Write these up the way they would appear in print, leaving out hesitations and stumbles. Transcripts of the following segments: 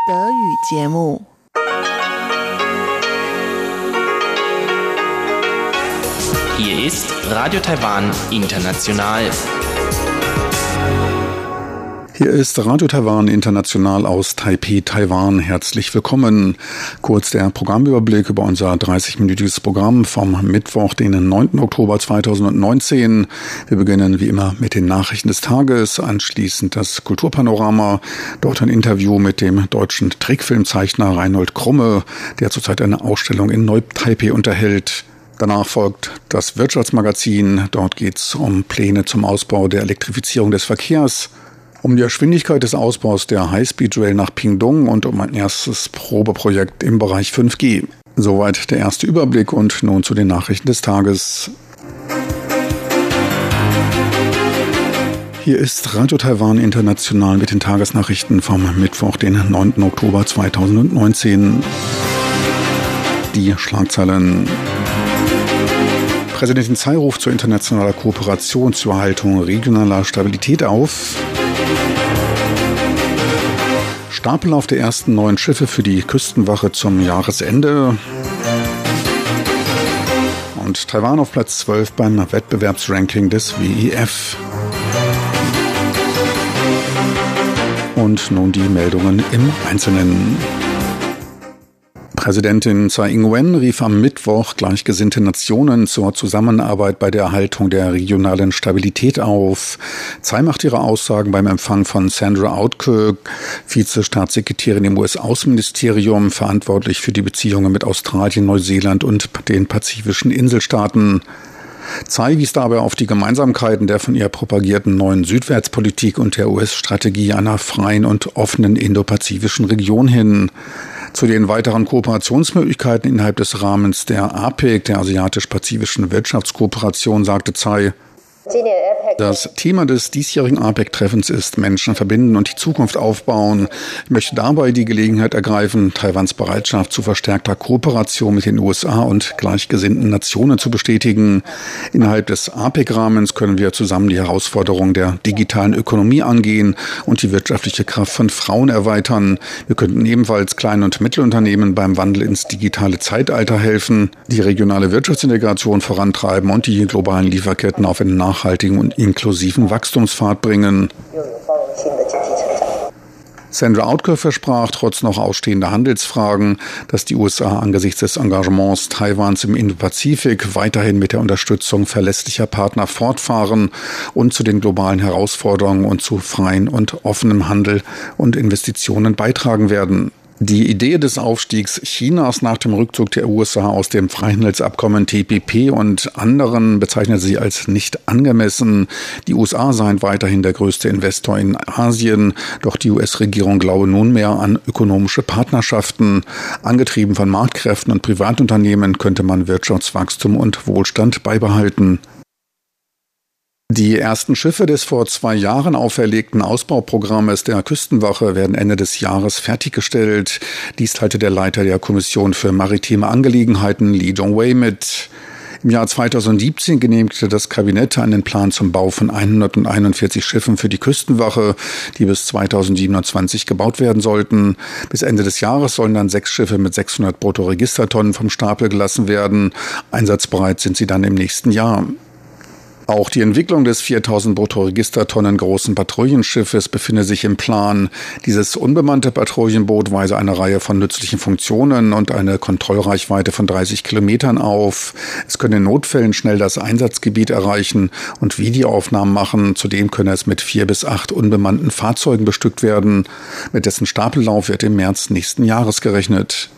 Hier ist Radio Taiwan International. Hier ist Radio Taiwan International aus Taipei, Taiwan. Herzlich willkommen. Kurz der Programmüberblick über unser 30-minütiges Programm vom Mittwoch, den 9. Oktober 2019. Wir beginnen wie immer mit den Nachrichten des Tages, anschließend das Kulturpanorama, dort ein Interview mit dem deutschen Trickfilmzeichner Reinhold Krumme, der zurzeit eine Ausstellung in Neu-Taipei unterhält. Danach folgt das Wirtschaftsmagazin. Dort geht es um Pläne zum Ausbau der Elektrifizierung des Verkehrs, um die Geschwindigkeit des Ausbaus der High-Speed-Rail nach Pingtung und um ein erstes Probeprojekt im Bereich 5G. Soweit der erste Überblick und nun zu den Nachrichten des Tages. Hier ist Radio Taiwan International mit den Tagesnachrichten vom Mittwoch, den 9. Oktober 2019. Die Schlagzeilen: Präsidentin Tsai ruft zur internationaler Kooperation zur Erhaltung regionaler Stabilität auf. Stapellauf der ersten neuen Schiffe für die Küstenwache zum Jahresende. Und Taiwan auf Platz 12 beim Wettbewerbsranking des WEF. Und nun die Meldungen im Einzelnen. Präsidentin Tsai Ing-wen rief am Mittwoch gleichgesinnte Nationen zur Zusammenarbeit bei der Erhaltung der regionalen Stabilität auf. Tsai macht ihre Aussagen beim Empfang von Sandra Outcook, Vizestaatssekretärin im US-Außenministerium, verantwortlich für die Beziehungen mit Australien, Neuseeland und den pazifischen Inselstaaten. Tsai wies dabei auf die Gemeinsamkeiten der von ihr propagierten neuen Südwärtspolitik und der US-Strategie einer freien und offenen indopazifischen Region hin. Zu den weiteren Kooperationsmöglichkeiten innerhalb des Rahmens der APEC, der Asiatisch-Pazifischen Wirtschaftskooperation, sagte Tsai: Das Thema des diesjährigen APEC-Treffens ist Menschen verbinden und die Zukunft aufbauen. Ich möchte dabei die Gelegenheit ergreifen, Taiwans Bereitschaft zu verstärkter Kooperation mit den USA und gleichgesinnten Nationen zu bestätigen. Innerhalb des APEC-Rahmens können wir zusammen die Herausforderungen der digitalen Ökonomie angehen und die wirtschaftliche Kraft von Frauen erweitern. Wir könnten ebenfalls Klein- und Mittelunternehmen beim Wandel ins digitale Zeitalter helfen, die regionale Wirtschaftsintegration vorantreiben und die globalen Lieferketten auf einen nachhaltigen und inklusiven Wachstumspfad bringen. Sandra Outcook versprach trotz noch ausstehender Handelsfragen, dass die USA angesichts des Engagements Taiwans im Indopazifik weiterhin mit der Unterstützung verlässlicher Partner fortfahren und zu den globalen Herausforderungen und zu freien und offenem Handel und Investitionen beitragen werden. Die Idee des Aufstiegs Chinas nach dem Rückzug der USA aus dem Freihandelsabkommen TPP und anderen bezeichnet sie als nicht angemessen. Die USA seien weiterhin der größte Investor in Asien, doch die US-Regierung glaube nunmehr an ökonomische Partnerschaften. Angetrieben von Marktkräften und Privatunternehmen könnte man Wirtschaftswachstum und Wohlstand beibehalten. Die ersten Schiffe des vor 2 Jahren auferlegten Ausbauprogrammes der Küstenwache werden Ende des Jahres fertiggestellt. Dies teilte der Leiter der Kommission für maritime Angelegenheiten, Lee Dong-wei, mit. Im Jahr 2017 genehmigte das Kabinett einen Plan zum Bau von 141 Schiffen für die Küstenwache, die bis 2027 gebaut werden sollten. Bis Ende des Jahres sollen dann 6 Schiffe mit 600 Bruttoregistertonnen vom Stapel gelassen werden. Einsatzbereit sind sie dann im nächsten Jahr. Auch die Entwicklung des 4000 Bruttoregistertonnen großen Patrouillenschiffes befindet sich im Plan. Dieses unbemannte Patrouillenboot weise eine Reihe von nützlichen Funktionen und eine Kontrollreichweite von 30 Kilometern auf. Es könne in Notfällen schnell das Einsatzgebiet erreichen und Videoaufnahmen machen. Zudem könne es mit 4 bis 8 unbemannten Fahrzeugen bestückt werden. Mit dessen Stapellauf wird im März nächsten Jahres gerechnet.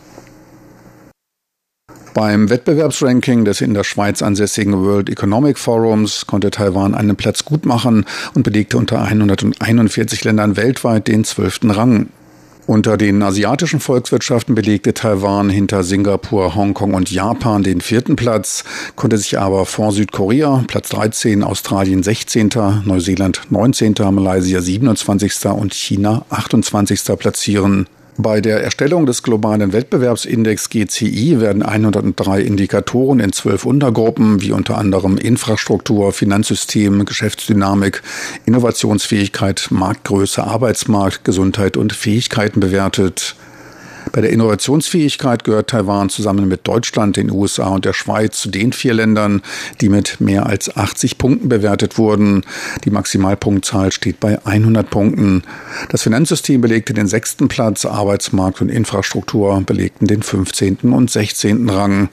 Beim Wettbewerbsranking des in der Schweiz ansässigen World Economic Forums konnte Taiwan einen Platz gut machen und belegte unter 141 Ländern weltweit den 12. Rang. Unter den asiatischen Volkswirtschaften belegte Taiwan hinter Singapur, Hongkong und Japan den 4. Platz, konnte sich aber vor Südkorea, Platz 13, Australien 16., Neuseeland 19., Malaysia 27. und China 28. platzieren. Bei der Erstellung des globalen Wettbewerbsindex GCI werden 103 Indikatoren in 12 Untergruppen, wie unter anderem Infrastruktur, Finanzsystem, Geschäftsdynamik, Innovationsfähigkeit, Marktgröße, Arbeitsmarkt, Gesundheit und Fähigkeiten bewertet. Bei der Innovationsfähigkeit gehört Taiwan zusammen mit Deutschland, den USA und der Schweiz zu den 4 Ländern, die mit mehr als 80 Punkten bewertet wurden. Die Maximalpunktzahl steht bei 100 Punkten. Das Finanzsystem belegte den 6. Platz, Arbeitsmarkt und Infrastruktur belegten den 15. und 16. Rang.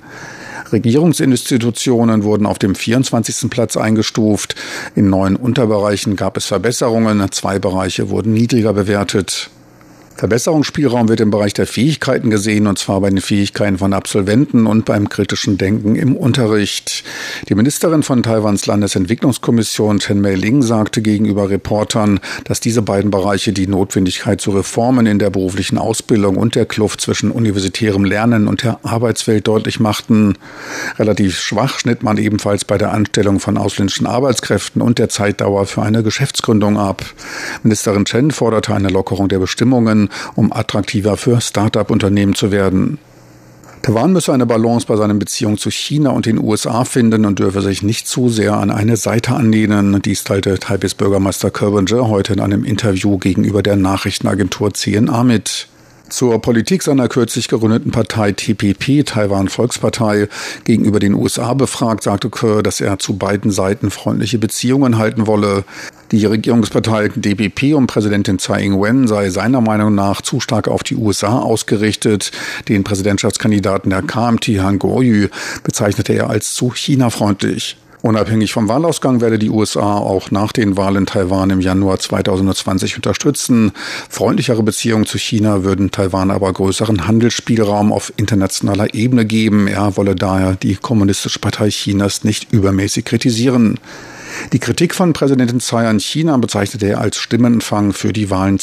Regierungsinstitutionen wurden auf dem 24. Platz eingestuft. In 9 Unterbereichen gab es Verbesserungen, 2 Bereiche wurden niedriger bewertet. Verbesserungsspielraum wird im Bereich der Fähigkeiten gesehen, und zwar bei den Fähigkeiten von Absolventen und beim kritischen Denken im Unterricht. Die Ministerin von Taiwans Landesentwicklungskommission, Chen Mei-Ling, sagte gegenüber Reportern, dass diese beiden Bereiche die Notwendigkeit zu Reformen in der beruflichen Ausbildung und der Kluft zwischen universitärem Lernen und der Arbeitswelt deutlich machten. Relativ schwach schnitt man ebenfalls bei der Anstellung von ausländischen Arbeitskräften und der Zeitdauer für eine Geschäftsgründung ab. Ministerin Chen forderte eine Lockerung der Bestimmungen, um attraktiver für Start-up-Unternehmen zu werden. Taiwan müsse eine Balance bei seinen Beziehungen zu China und den USA finden und dürfe sich nicht zu sehr an eine Seite anlehnen. Dies teilte Taipehs Bürgermeister Kerwinger heute in einem Interview gegenüber der Nachrichtenagentur CNA mit. Zur Politik seiner kürzlich gegründeten Partei TPP, Taiwan Volkspartei, gegenüber den USA befragt, sagte Kerr, dass er zu beiden Seiten freundliche Beziehungen halten wolle. Die Regierungspartei DPP um Präsidentin Tsai Ing-wen sei seiner Meinung nach zu stark auf die USA ausgerichtet. Den Präsidentschaftskandidaten der KMT, Han Kuo-yu, bezeichnete er als zu China-freundlich. Unabhängig vom Wahlausgang werde die USA auch nach den Wahlen Taiwan im Januar 2020 unterstützen. Freundlichere Beziehungen zu China würden Taiwan aber größeren Handelsspielraum auf internationaler Ebene geben. Er wolle daher die Kommunistische Partei Chinas nicht übermäßig kritisieren. Die Kritik von Präsidentin Tsai an China bezeichnete er als Stimmenfang für die Wahlen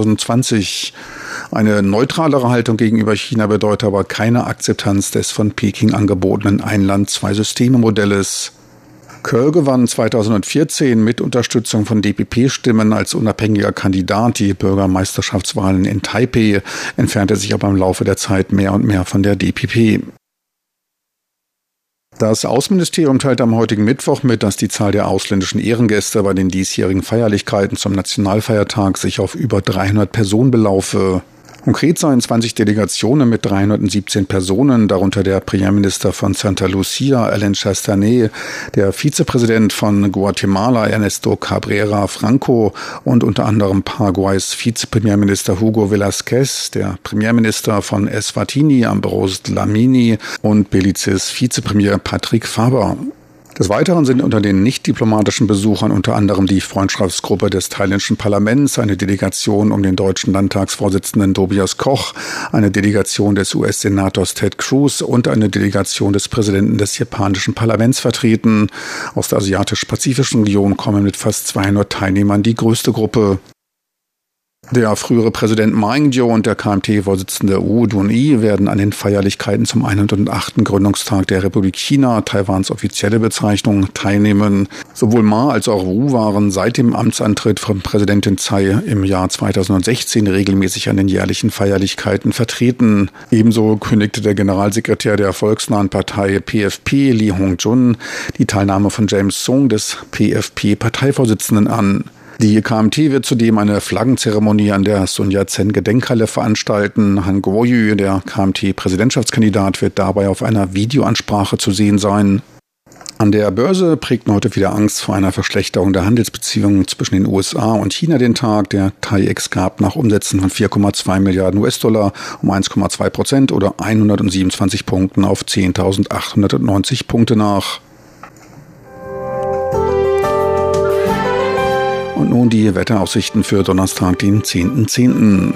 2020. Eine neutralere Haltung gegenüber China bedeutet aber keine Akzeptanz des von Peking angebotenen Ein-Land-Zwei-Systeme-Modells. Kerr gewann 2014 mit Unterstützung von DPP-Stimmen als unabhängiger Kandidat die Bürgermeisterschaftswahlen in Taipeh, entfernte sich aber im Laufe der Zeit mehr und mehr von der DPP. Das Außenministerium teilte am heutigen Mittwoch mit, dass die Zahl der ausländischen Ehrengäste bei den diesjährigen Feierlichkeiten zum Nationalfeiertag sich auf über 300 Personen belaufe. Konkret seien 20 Delegationen mit 317 Personen, darunter der Premierminister von Santa Lucia, Alain Chastanet, der Vizepräsident von Guatemala, Ernesto Cabrera Franco, und unter anderem Paraguays Vizepremierminister Hugo Velázquez, der Premierminister von Eswatini, Ambrose Dlamini, und Belizes Vizepremier Patrick Faber. Des Weiteren sind unter den nicht-diplomatischen Besuchern unter anderem die Freundschaftsgruppe des thailändischen Parlaments, eine Delegation um den deutschen Landtagsvorsitzenden Tobias Koch, eine Delegation des US-Senators Ted Cruz und eine Delegation des Präsidenten des japanischen Parlaments vertreten. Aus der asiatisch-pazifischen Region kommen mit fast 200 Teilnehmern die größte Gruppe. Der frühere Präsident Ma Ying-jeou und der KMT-Vorsitzende Wu Dun-yi werden an den Feierlichkeiten zum 108. Gründungstag der Republik China, Taiwans offizielle Bezeichnung, teilnehmen. Sowohl Ma als auch Wu waren seit dem Amtsantritt von Präsidentin Tsai im Jahr 2016 regelmäßig an den jährlichen Feierlichkeiten vertreten. Ebenso kündigte der Generalsekretär der volksnahen Partei PFP, Lee Hong-jun, die Teilnahme von James Soong, des PFP-Parteivorsitzenden, an. Die KMT wird zudem eine Flaggenzeremonie an der Sun Yat-sen-Gedenkhalle veranstalten. Han Kuo-yu, der KMT-Präsidentschaftskandidat, wird dabei auf einer Videoansprache zu sehen sein. An der Börse prägten heute wieder Angst vor einer Verschlechterung der Handelsbeziehungen zwischen den USA und China den Tag. Der TAIEX gab nach Umsätzen von 4,2 Milliarden US-Dollar um 1,2% oder 127 Punkten auf 10.890 Punkte nach. Und nun die Wetteraussichten für Donnerstag, den 10.10.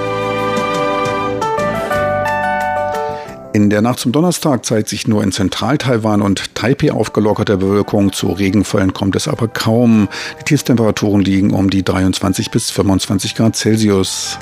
In der Nacht zum Donnerstag zeigt sich nur in Zentral-Taiwan und Taipeh aufgelockerte Bewölkung. Zu Regenfällen kommt es aber kaum. Die Tiefstemperaturen liegen um die 23 bis 25 Grad Celsius.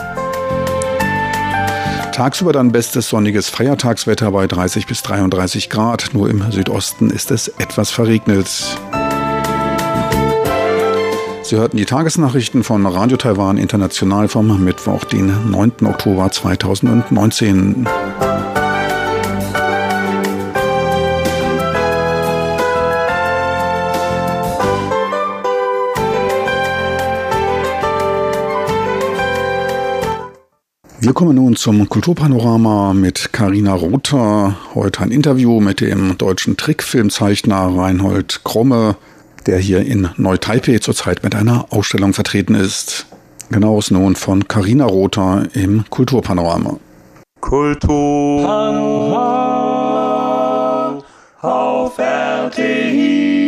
Tagsüber dann bestes sonniges Feiertagswetter bei 30 bis 33 Grad. Nur im Südosten ist es etwas verregnet. Sie hörten die Tagesnachrichten von Radio Taiwan International vom Mittwoch, den 9. Oktober 2019. Wir kommen nun zum Kulturpanorama mit Carina Rother. Heute ein Interview mit dem deutschen Trickfilmzeichner Reinhold Krumme, der hier in Neu-Taipei zurzeit mit einer Ausstellung vertreten ist. Genaues nun von Carina Rother im Kulturpanorama. Kulturpanorama auf RTI.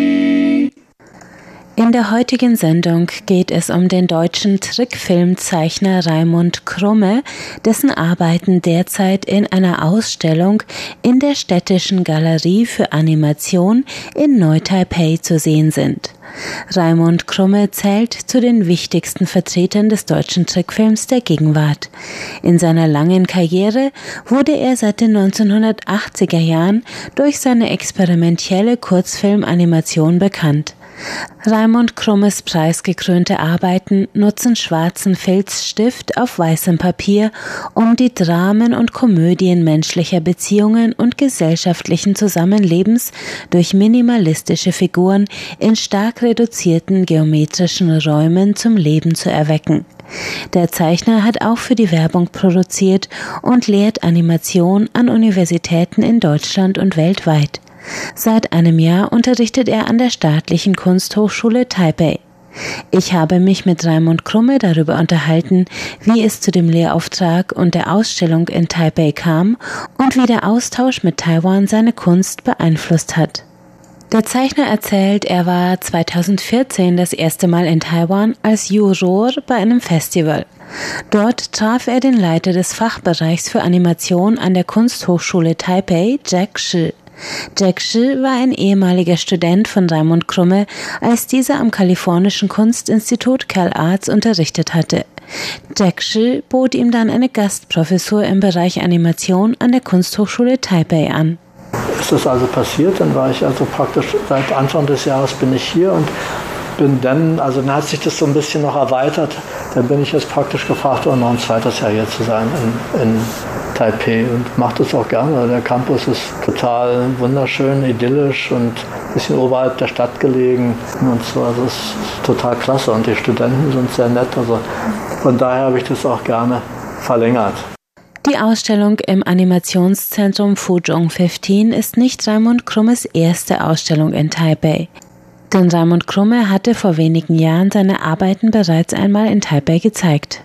In der heutigen Sendung geht es um den deutschen Trickfilmzeichner Raimund Krumme, dessen Arbeiten derzeit in einer Ausstellung in der Städtischen Galerie für Animation in Neu-Taipei zu sehen sind. Raimund Krumme zählt zu den wichtigsten Vertretern des deutschen Trickfilms der Gegenwart. In seiner langen Karriere wurde er seit den 1980er Jahren durch seine experimentelle Kurzfilmanimation bekannt. Raimund Krummes preisgekrönte Arbeiten nutzen schwarzen Filzstift auf weißem Papier, um die Dramen und Komödien menschlicher Beziehungen und gesellschaftlichen Zusammenlebens durch minimalistische Figuren in stark reduzierten geometrischen Räumen zum Leben zu erwecken. Der Zeichner hat auch für die Werbung produziert und lehrt Animation an Universitäten in Deutschland und weltweit. Seit einem Jahr unterrichtet er an der Staatlichen Kunsthochschule Taipei. Ich habe mich mit Raimund Krumme darüber unterhalten, wie es zu dem Lehrauftrag und der Ausstellung in Taipei kam und wie der Austausch mit Taiwan seine Kunst beeinflusst hat. Der Zeichner erzählt, er war 2014 das erste Mal in Taiwan als Juror bei einem Festival. Dort traf er den Leiter des Fachbereichs für Animation an der Kunsthochschule Taipei, Jack Shi. Jack Shi war ein ehemaliger Student von Raimund Krumme, als dieser am kalifornischen Kunstinstitut CalArts unterrichtet hatte. Jack Shi bot ihm dann eine Gastprofessur im Bereich Animation an der Kunsthochschule Taipei an. Ist das also passiert, dann war ich also praktisch seit Anfang des Jahres bin ich hier und bin dann hat sich das so ein bisschen noch erweitert. Dann bin ich jetzt praktisch gefragt worden, noch ein zweites Jahr hier zu sein in Taipei und mache das auch gerne. Der Campus ist total wunderschön, idyllisch und ein bisschen oberhalb der Stadt gelegen und so. Also es ist total klasse und die Studenten sind sehr nett. Also von daher habe ich das auch gerne verlängert. Die Ausstellung im Animationszentrum Fuzhong 15 ist nicht Raimund Krummes erste Ausstellung in Taipei. Denn Raimund Krumme hatte vor wenigen Jahren seine Arbeiten bereits einmal in Taipei gezeigt.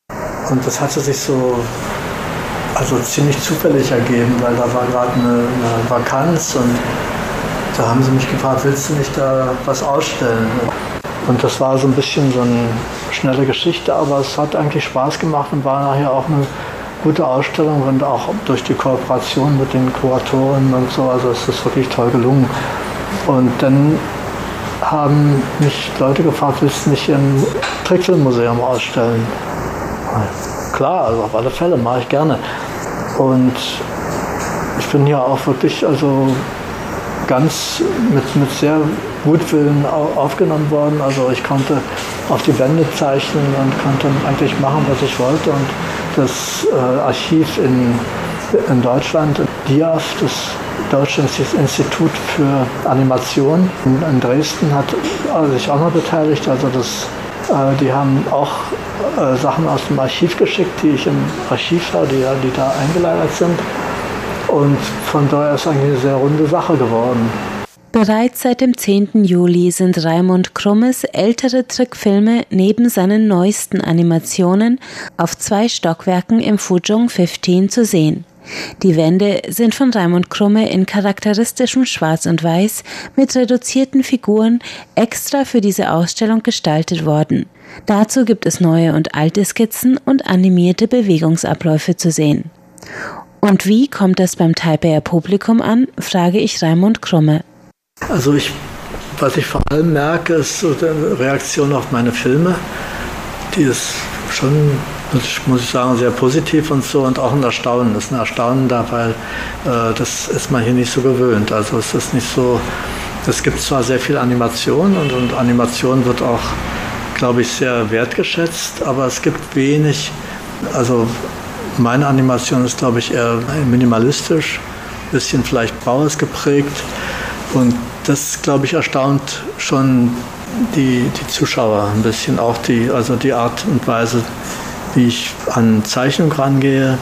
Und das hatte sich so ziemlich zufällig ergeben, weil da war gerade eine Vakanz und da haben sie mich gefragt, willst du nicht da was ausstellen? Und das war so ein bisschen so eine schnelle Geschichte, aber es hat eigentlich Spaß gemacht und war nachher auch eine gute Ausstellung und auch durch die Kooperation mit den Kuratorinnen und so, also es ist wirklich toll gelungen. Und dann haben mich Leute gefragt, willst du nicht im Trickfilmmuseum ausstellen? Klar, also auf alle Fälle, mache ich gerne. Und ich bin hier auch wirklich ganz mit sehr Gutwillen aufgenommen worden. Also ich konnte auf die Wände zeichnen und konnte eigentlich machen, was ich wollte. Und das Archiv in Deutschland, DIAF, das Deutsche Institut für Animation in Dresden, hat sich auch noch beteiligt. Also die haben auch Sachen aus dem Archiv geschickt, die ich im Archiv habe, die da eingelagert sind. Und von daher ist eigentlich eine sehr runde Sache geworden. Bereits seit dem 10. Juli sind Raimund Krummes ältere Trickfilme neben seinen neuesten Animationen auf 2 Stockwerken im Fuzhong 15 zu sehen. Die Wände sind von Raimund Krumme in charakteristischem Schwarz und Weiß mit reduzierten Figuren extra für diese Ausstellung gestaltet worden. Dazu gibt es neue und alte Skizzen und animierte Bewegungsabläufe zu sehen. Und wie kommt das beim Taipeier Publikum an, frage ich Raimund Krumme. Also was ich vor allem merke, ist so die Reaktion auf meine Filme. Die ist schon, muss ich sagen, sehr positiv und so und auch ein Erstaunen. Das ist ein Erstaunen da, weil das ist man hier nicht so gewöhnt. Also es ist nicht so, Es gibt zwar sehr viel Animation und Animation wird auch, glaube ich, sehr wertgeschätzt, aber es gibt wenig, also meine Animation ist, glaube ich, eher minimalistisch, ein bisschen vielleicht Bauhaus geprägt und das, glaube ich, erstaunt schon die Zuschauer ein bisschen, auch die Art und Weise, wie ich an Zeichnung rangehe.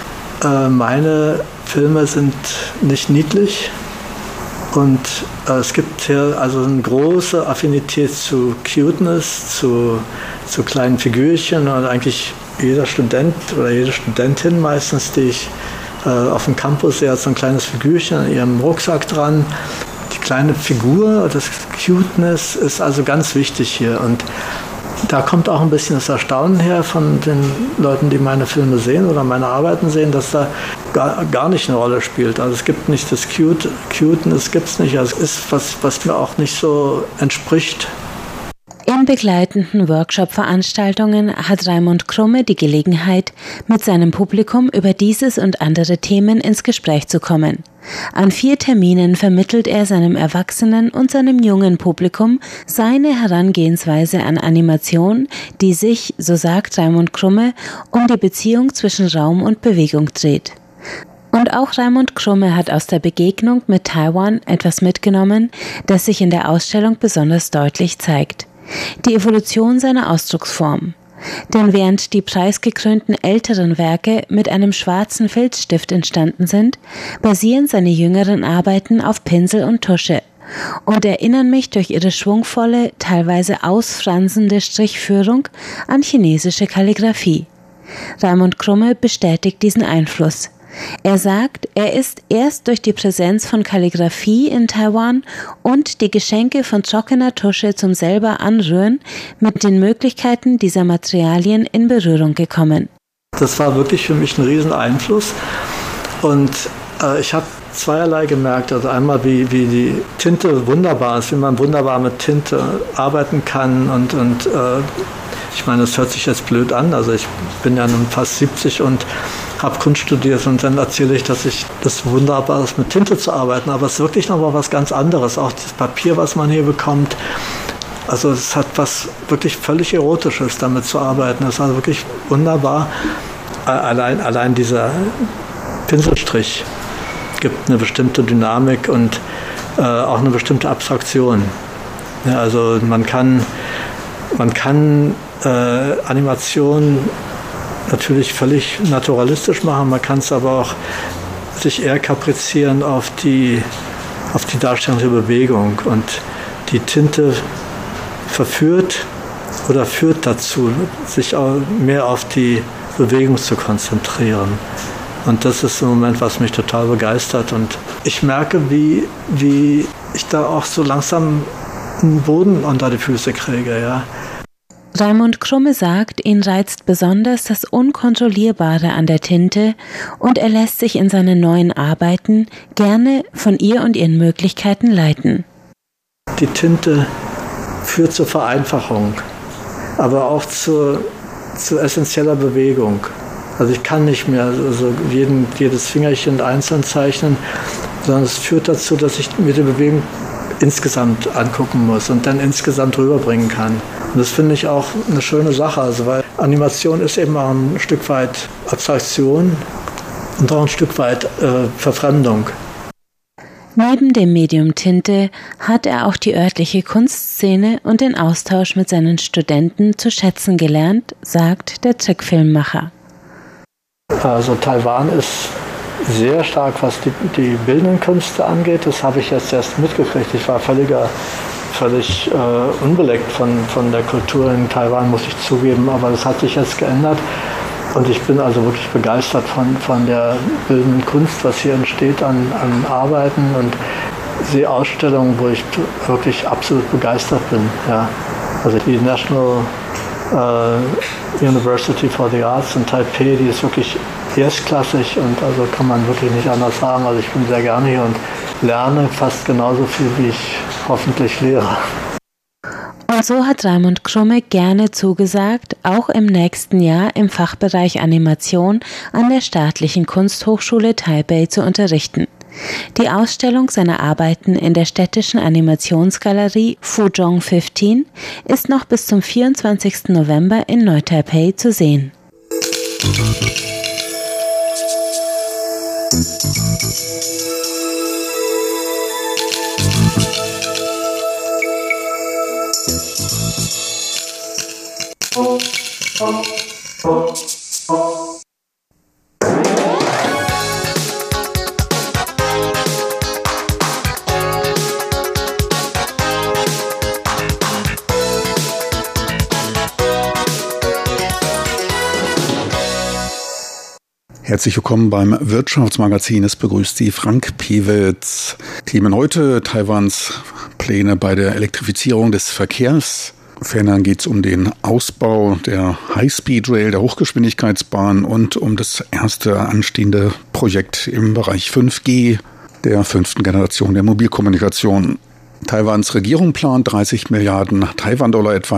Meine Filme sind nicht niedlich und es gibt hier also eine große Affinität zu Cuteness, zu kleinen Figürchen und eigentlich jeder Student oder jede Studentin meistens, die ich auf dem Campus sehe, hat so ein kleines Figürchen an ihrem Rucksack dran. Die kleine Figur, das Cuteness ist also ganz wichtig hier und da kommt auch ein bisschen das Erstaunen her von den Leuten, die meine Filme sehen oder meine Arbeiten sehen, dass da gar nicht eine Rolle spielt. Also es gibt nicht das Cuteness, gibt es nicht. Also es ist was mir auch nicht so entspricht. In begleitenden Workshop-Veranstaltungen hat Raimund Krumme die Gelegenheit, mit seinem Publikum über dieses und andere Themen ins Gespräch zu kommen. An 4 Terminen vermittelt er seinem erwachsenen und seinem jungen Publikum seine Herangehensweise an Animation, die sich, so sagt Raimund Krumme, um die Beziehung zwischen Raum und Bewegung dreht. Und auch Raimund Krumme hat aus der Begegnung mit Taiwan etwas mitgenommen, das sich in der Ausstellung besonders deutlich zeigt. Die Evolution seiner Ausdrucksform. Denn während die preisgekrönten älteren Werke mit einem schwarzen Filzstift entstanden sind, basieren seine jüngeren Arbeiten auf Pinsel und Tusche und erinnern mich durch ihre schwungvolle, teilweise ausfranzende Strichführung an chinesische Kalligraphie. Raimund Krumme bestätigt diesen Einfluss. Er sagt, er ist erst durch die Präsenz von Kalligraphie in Taiwan und die Geschenke von trockener Tusche zum selber Anrühren mit den Möglichkeiten dieser Materialien in Berührung gekommen. Das war wirklich für mich ein Rieseneinfluss und ich habe zweierlei gemerkt. Also einmal, wie die Tinte wunderbar ist, wie man wunderbar mit Tinte arbeiten kann und ich meine, das hört sich jetzt blöd an, also ich bin ja nun fast 70 und habe Kunst studiert und dann erzähle ich, dass ich das wunderbar ist, mit Tinte zu arbeiten, aber es ist wirklich nochmal was ganz anderes, auch das Papier, was man hier bekommt, also es hat was wirklich völlig Erotisches, damit zu arbeiten, das ist also wirklich wunderbar, allein dieser Pinselstrich gibt eine bestimmte Dynamik und auch eine bestimmte Abstraktion, ja, also man kann Animation natürlich völlig naturalistisch machen, man kann es aber auch sich eher kaprizieren auf die Darstellung der Bewegung und die Tinte verführt oder führt dazu, sich auch mehr auf die Bewegung zu konzentrieren. Und das ist im Moment, was mich total begeistert und ich merke, wie ich da auch so langsam einen Boden unter die Füße kriege, ja. Raimund Krumme sagt, ihn reizt besonders das Unkontrollierbare an der Tinte und er lässt sich in seinen neuen Arbeiten gerne von ihr und ihren Möglichkeiten leiten. Die Tinte führt zur Vereinfachung, aber auch zu essentieller Bewegung. Also ich kann nicht mehr jedes Fingerchen einzeln zeichnen, sondern es führt dazu, dass ich mir die Bewegung insgesamt angucken muss und dann insgesamt rüberbringen kann. Und das finde ich auch eine schöne Sache, also weil Animation ist eben auch ein Stück weit Abstraktion und auch ein Stück weit Verfremdung. Neben dem Medium Tinte hat er auch die örtliche Kunstszene und den Austausch mit seinen Studenten zu schätzen gelernt, sagt der Trickfilmmacher. Also Taiwan ist sehr stark, was die bildenden Künste angeht. Das habe ich jetzt erst mitgekriegt. Ich war völlig unbeleckt von der Kultur in Taiwan, muss ich zugeben. Aber das hat sich jetzt geändert. Und ich bin also wirklich begeistert von der bildenden Kunst, was hier entsteht an Arbeiten. Und sehe Ausstellungen, wo ich wirklich absolut begeistert bin. Ja. Also die National University for the Arts in Taipei, die ist wirklich erstklassig und also kann man wirklich nicht anders sagen. Also ich bin sehr gerne hier und lerne fast genauso viel, wie ich hoffentlich lehre. Und so hat Raimund Krumme gerne zugesagt, auch im nächsten Jahr im Fachbereich Animation an der Staatlichen Kunsthochschule Taipei zu unterrichten. Die Ausstellung seiner Arbeiten in der städtischen Animationsgalerie Fuzhong 15 ist noch bis zum 24. November in Neu-Taipei zu sehen. Herzlich willkommen beim Wirtschaftsmagazin. Es begrüßt Sie Frank Pewitz. Themen heute: Taiwans Pläne bei der Elektrifizierung des Verkehrs. Ferner geht es um den Ausbau der High-Speed-Rail, der Hochgeschwindigkeitsbahn und um das erste anstehende Projekt im Bereich 5G, der 5. Generation der Mobilkommunikation. Taiwans Regierung plant 30 Milliarden Taiwan-Dollar, etwa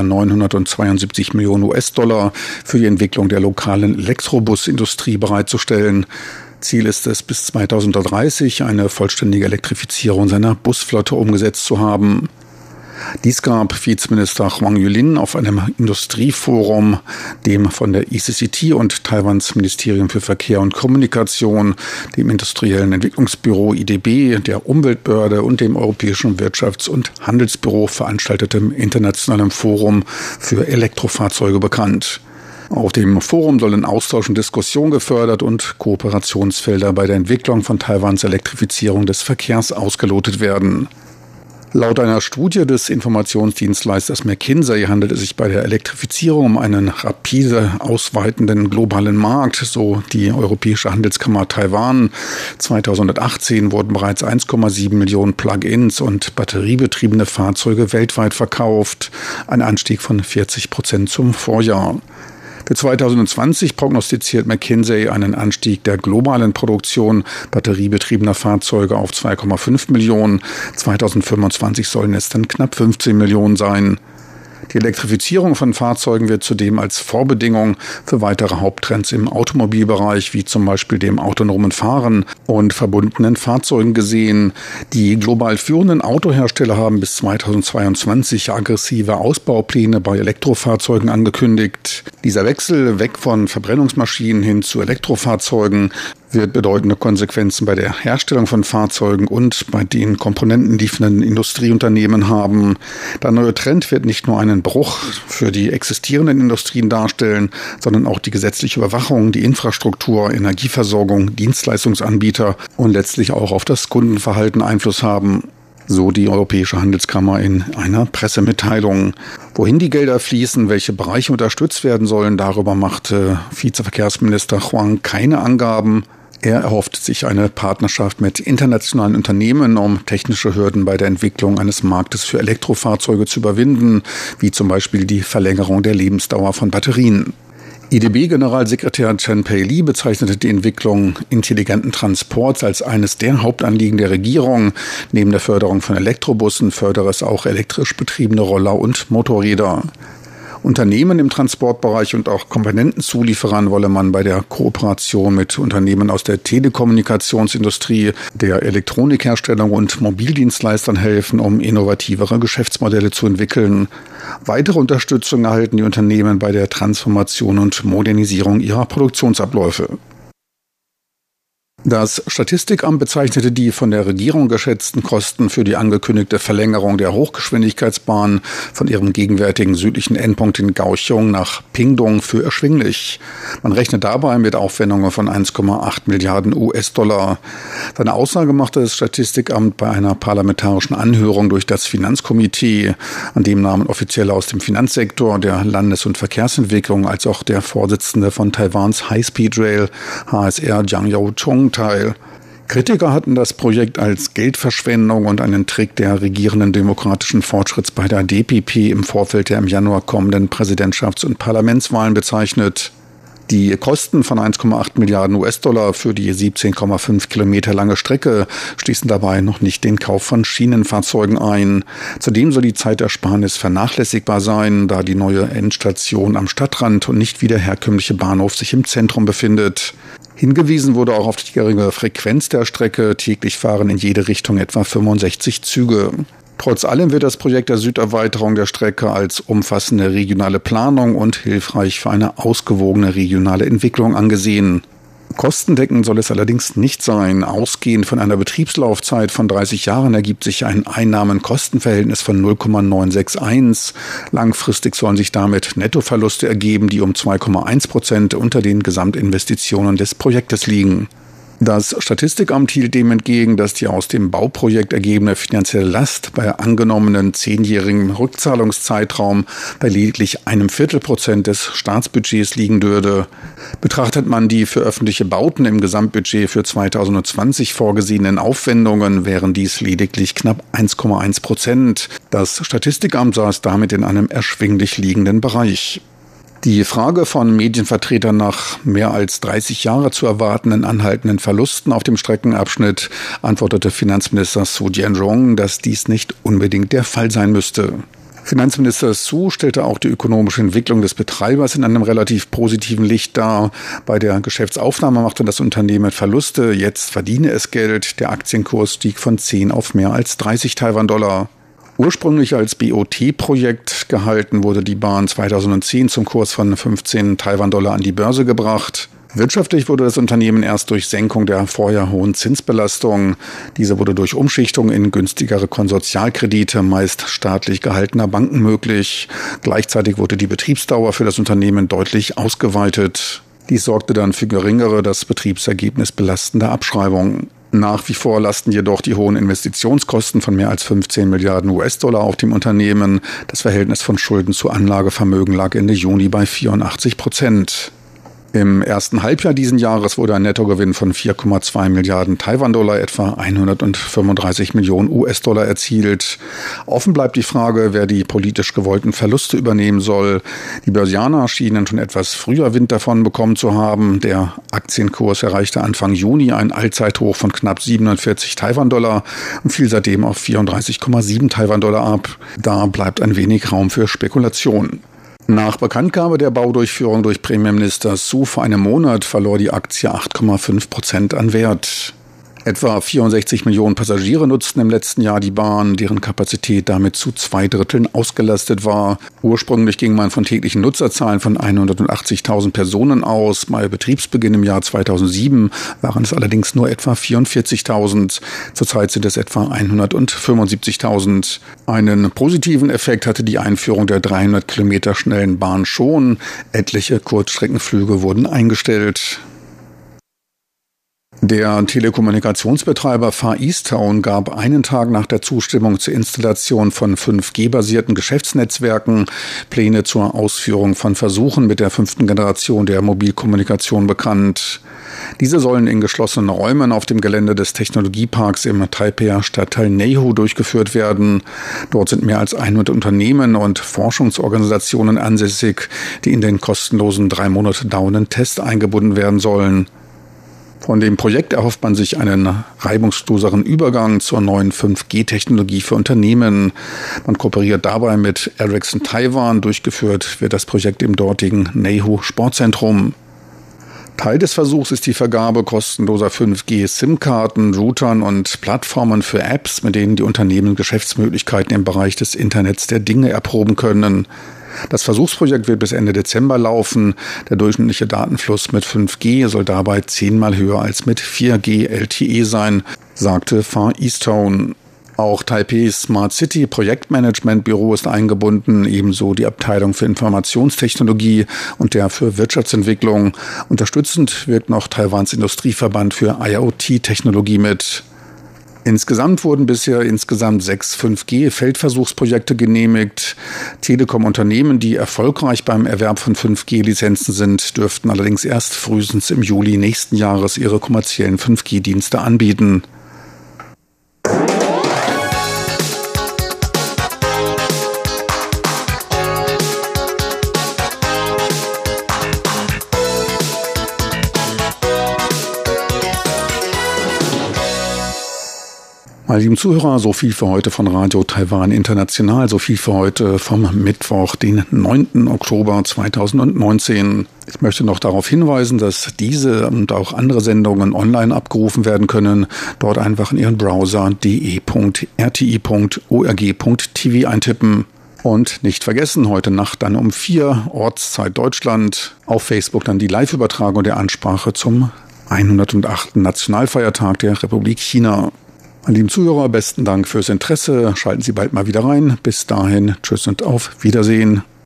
972 Millionen US-Dollar, für die Entwicklung der lokalen Elektrobusindustrie bereitzustellen. Ziel ist es, bis 2030 eine vollständige Elektrifizierung seiner Busflotte umgesetzt zu haben. Dies gab Vizeminister Huang Yulin auf einem Industrieforum, dem von der ICCT und Taiwans Ministerium für Verkehr und Kommunikation, dem Industriellen Entwicklungsbüro IDB, der Umweltbehörde und dem Europäischen Wirtschafts- und Handelsbüro veranstaltetem internationalen Forum für Elektrofahrzeuge bekannt. Auf dem Forum sollen Austausch und Diskussion gefördert und Kooperationsfelder bei der Entwicklung von Taiwans Elektrifizierung des Verkehrs ausgelotet werden. Laut einer Studie des Informationsdienstleisters McKinsey handelt es sich bei der Elektrifizierung um einen rapide ausweitenden globalen Markt, so die Europäische Handelskammer Taiwan. 2018 wurden bereits 1,7 Millionen Plug-ins und batteriebetriebene Fahrzeuge weltweit verkauft, ein Anstieg von 40% zum Vorjahr. Für 2020 prognostiziert McKinsey einen Anstieg der globalen Produktion batteriebetriebener Fahrzeuge auf 2,5 Millionen. 2025 sollen es dann knapp 15 Millionen sein. Die Elektrifizierung von Fahrzeugen wird zudem als Vorbedingung für weitere Haupttrends im Automobilbereich, wie zum Beispiel dem autonomen Fahren und verbundenen Fahrzeugen gesehen. Die global führenden Autohersteller haben bis 2022 aggressive Ausbaupläne bei Elektrofahrzeugen angekündigt. Dieser Wechsel weg von Verbrennungsmaschinen hin zu Elektrofahrzeugen wird bedeutende Konsequenzen bei der Herstellung von Fahrzeugen und bei den Komponenten liefernden Industrieunternehmen haben. Der neue Trend wird nicht nur einen Bruch für die existierenden Industrien darstellen, sondern auch die gesetzliche Überwachung, die Infrastruktur, Energieversorgung, Dienstleistungsanbieter und letztlich auch auf das Kundenverhalten Einfluss haben. So die Europäische Handelskammer in einer Pressemitteilung. Wohin die Gelder fließen, welche Bereiche unterstützt werden sollen, darüber machte Vizeverkehrsminister Huang keine Angaben. Er erhofft sich eine Partnerschaft mit internationalen Unternehmen, um technische Hürden bei der Entwicklung eines Marktes für Elektrofahrzeuge zu überwinden, wie zum Beispiel die Verlängerung der Lebensdauer von Batterien. IDB-Generalsekretär Chen Pei-li bezeichnete die Entwicklung intelligenten Transports als eines der Hauptanliegen der Regierung. Neben der Förderung von Elektrobussen fördere es auch elektrisch betriebene Roller und Motorräder. Unternehmen im Transportbereich und auch Komponentenzulieferern wolle man bei der Kooperation mit Unternehmen aus der Telekommunikationsindustrie, der Elektronikherstellung und Mobildienstleistern helfen, um innovativere Geschäftsmodelle zu entwickeln. Weitere Unterstützung erhalten die Unternehmen bei der Transformation und Modernisierung ihrer Produktionsabläufe. Das Statistikamt bezeichnete die von der Regierung geschätzten Kosten für die angekündigte Verlängerung der Hochgeschwindigkeitsbahn von ihrem gegenwärtigen südlichen Endpunkt in Kaohsiung nach Pingtung für erschwinglich. Man rechnet dabei mit Aufwendungen von 1,8 Milliarden US-Dollar. Seine Aussage machte das Statistikamt bei einer parlamentarischen Anhörung durch das Finanzkomitee, an dem nahmen Offizielle aus dem Finanzsektor, der Landes- und Verkehrsentwicklung als auch der Vorsitzende von Taiwans High-Speed Rail, HSR Jiang Youchong, teil. Kritiker hatten das Projekt als Geldverschwendung und einen Trick der regierenden Demokratischen Fortschrittspartei DPP im Vorfeld der im Januar kommenden Präsidentschafts- und Parlamentswahlen bezeichnet. Die Kosten von 1,8 Milliarden US-Dollar für die 17,5 Kilometer lange Strecke schließen dabei noch nicht den Kauf von Schienenfahrzeugen ein. Zudem soll die Zeitersparnis vernachlässigbar sein, da die neue Endstation am Stadtrand und nicht wie der herkömmliche Bahnhof sich im Zentrum befindet. Hingewiesen wurde auch auf die geringe Frequenz der Strecke. Täglich fahren in jede Richtung etwa 65 Züge. Trotz allem wird das Projekt der Süderweiterung der Strecke als umfassende regionale Planung und hilfreich für eine ausgewogene regionale Entwicklung angesehen. Kostendeckend soll es allerdings nicht sein. Ausgehend von einer Betriebslaufzeit von 30 Jahren ergibt sich ein Einnahmen-Kosten-Verhältnis von 0,961. Langfristig sollen sich damit Nettoverluste ergeben, die um 2,1% unter den Gesamtinvestitionen des Projektes liegen. Das Statistikamt hielt dem entgegen, dass die aus dem Bauprojekt ergebene finanzielle Last bei angenommenen 10-jährigen Rückzahlungszeitraum bei lediglich 0,25% des Staatsbudgets liegen würde. Betrachtet man die für öffentliche Bauten im Gesamtbudget für 2020 vorgesehenen Aufwendungen, wären dies lediglich knapp 1,1%. Das Statistikamt sah es damit in einem erschwinglich liegenden Bereich. Die Frage von Medienvertretern nach mehr als 30 Jahre zu erwartenden anhaltenden Verlusten auf dem Streckenabschnitt antwortete Finanzminister Su Jianrong, dass dies nicht unbedingt der Fall sein müsste. Finanzminister Su stellte auch die ökonomische Entwicklung des Betreibers in einem relativ positiven Licht dar. Bei der Geschäftsaufnahme machte das Unternehmen Verluste, jetzt verdiene es Geld. Der Aktienkurs stieg von 10 auf mehr als 30 Taiwan-Dollar. Ursprünglich als BOT-Projekt gehalten, wurde die Bahn 2010 zum Kurs von 15 Taiwan-Dollar an die Börse gebracht. Wirtschaftlich wurde das Unternehmen erst durch Senkung der vorher hohen Zinsbelastung. Diese wurde durch Umschichtung in günstigere Konsortialkredite meist staatlich gehaltener Banken möglich. Gleichzeitig wurde die Betriebsdauer für das Unternehmen deutlich ausgeweitet. Dies sorgte dann für geringere, das Betriebsergebnis belastende Abschreibungen. Nach wie vor lasten jedoch die hohen Investitionskosten von mehr als 15 Milliarden US-Dollar auf dem Unternehmen. Das Verhältnis von Schulden zu Anlagevermögen lag Ende Juni bei 84%. Im ersten Halbjahr diesen Jahres wurde ein Nettogewinn von 4,2 Milliarden Taiwan-Dollar, etwa 135 Millionen US-Dollar erzielt. Offen bleibt die Frage, wer die politisch gewollten Verluste übernehmen soll. Die Börsianer schienen schon etwas früher Wind davon bekommen zu haben. Der Aktienkurs erreichte Anfang Juni ein Allzeithoch von knapp 47 Taiwan-Dollar und fiel seitdem auf 34,7 Taiwan-Dollar ab. Da bleibt ein wenig Raum für Spekulation. Nach Bekanntgabe der Baudurchführung durch Premierminister Su vor einem Monat verlor die Aktie 8,5% an Wert. Etwa 64 Millionen Passagiere nutzten im letzten Jahr die Bahn, deren Kapazität damit zu 2/3 ausgelastet war. Ursprünglich ging man von täglichen Nutzerzahlen von 180.000 Personen aus. Bei Betriebsbeginn im Jahr 2007 waren es allerdings nur etwa 44.000. Zurzeit sind es etwa 175.000. Einen positiven Effekt hatte die Einführung der 300 Kilometer schnellen Bahn schon. Etliche Kurzstreckenflüge wurden eingestellt. Der Telekommunikationsbetreiber Far EasTown gab einen Tag nach der Zustimmung zur Installation von 5G-basierten Geschäftsnetzwerken Pläne zur Ausführung von Versuchen mit der 5. Generation der Mobilkommunikation bekannt. Diese sollen in geschlossenen Räumen auf dem Gelände des Technologieparks im Taipeier Stadtteil Neihu durchgeführt werden. Dort sind mehr als 100 Unternehmen und Forschungsorganisationen ansässig, die in den kostenlosen 3 Monate dauernden Test eingebunden werden sollen. Von dem Projekt erhofft man sich einen reibungsloseren Übergang zur neuen 5G-Technologie für Unternehmen. Man kooperiert dabei mit Ericsson Taiwan. Durchgeführt wird das Projekt im dortigen Neihu Sportzentrum. Teil des Versuchs ist die Vergabe kostenloser 5G-SIM-Karten, Routern und Plattformen für Apps, mit denen die Unternehmen Geschäftsmöglichkeiten im Bereich des Internets der Dinge erproben können. Das Versuchsprojekt wird bis Ende Dezember laufen. Der durchschnittliche Datenfluss mit 5G soll dabei 10-mal höher als mit 4G LTE sein, sagte Far EasTown. Auch Taipeis Smart City Projektmanagement Büro ist eingebunden, ebenso die Abteilung für Informationstechnologie und der für Wirtschaftsentwicklung. Unterstützend wirkt noch Taiwans Industrieverband für IoT-Technologie mit. Insgesamt wurden bisher 6 5G-Feldversuchsprojekte genehmigt. Telekom-Unternehmen, die erfolgreich beim Erwerb von 5G-Lizenzen sind, dürften allerdings erst frühestens im Juli nächsten Jahres ihre kommerziellen 5G-Dienste anbieten. Meine lieben Zuhörer, so viel für heute von Radio Taiwan International, so viel für heute vom Mittwoch, den 9. Oktober 2019. Ich möchte noch darauf hinweisen, dass diese und auch andere Sendungen online abgerufen werden können. Dort einfach in Ihren Browser de.rti.org.tv eintippen. Und nicht vergessen, heute Nacht dann um 4 Ortszeit Deutschland auf Facebook dann die Live-Übertragung der Ansprache zum 108. Nationalfeiertag der Republik China. Meine lieben Zuhörer, besten Dank fürs Interesse. Schalten Sie bald mal wieder rein. Bis dahin, tschüss und auf Wiedersehen.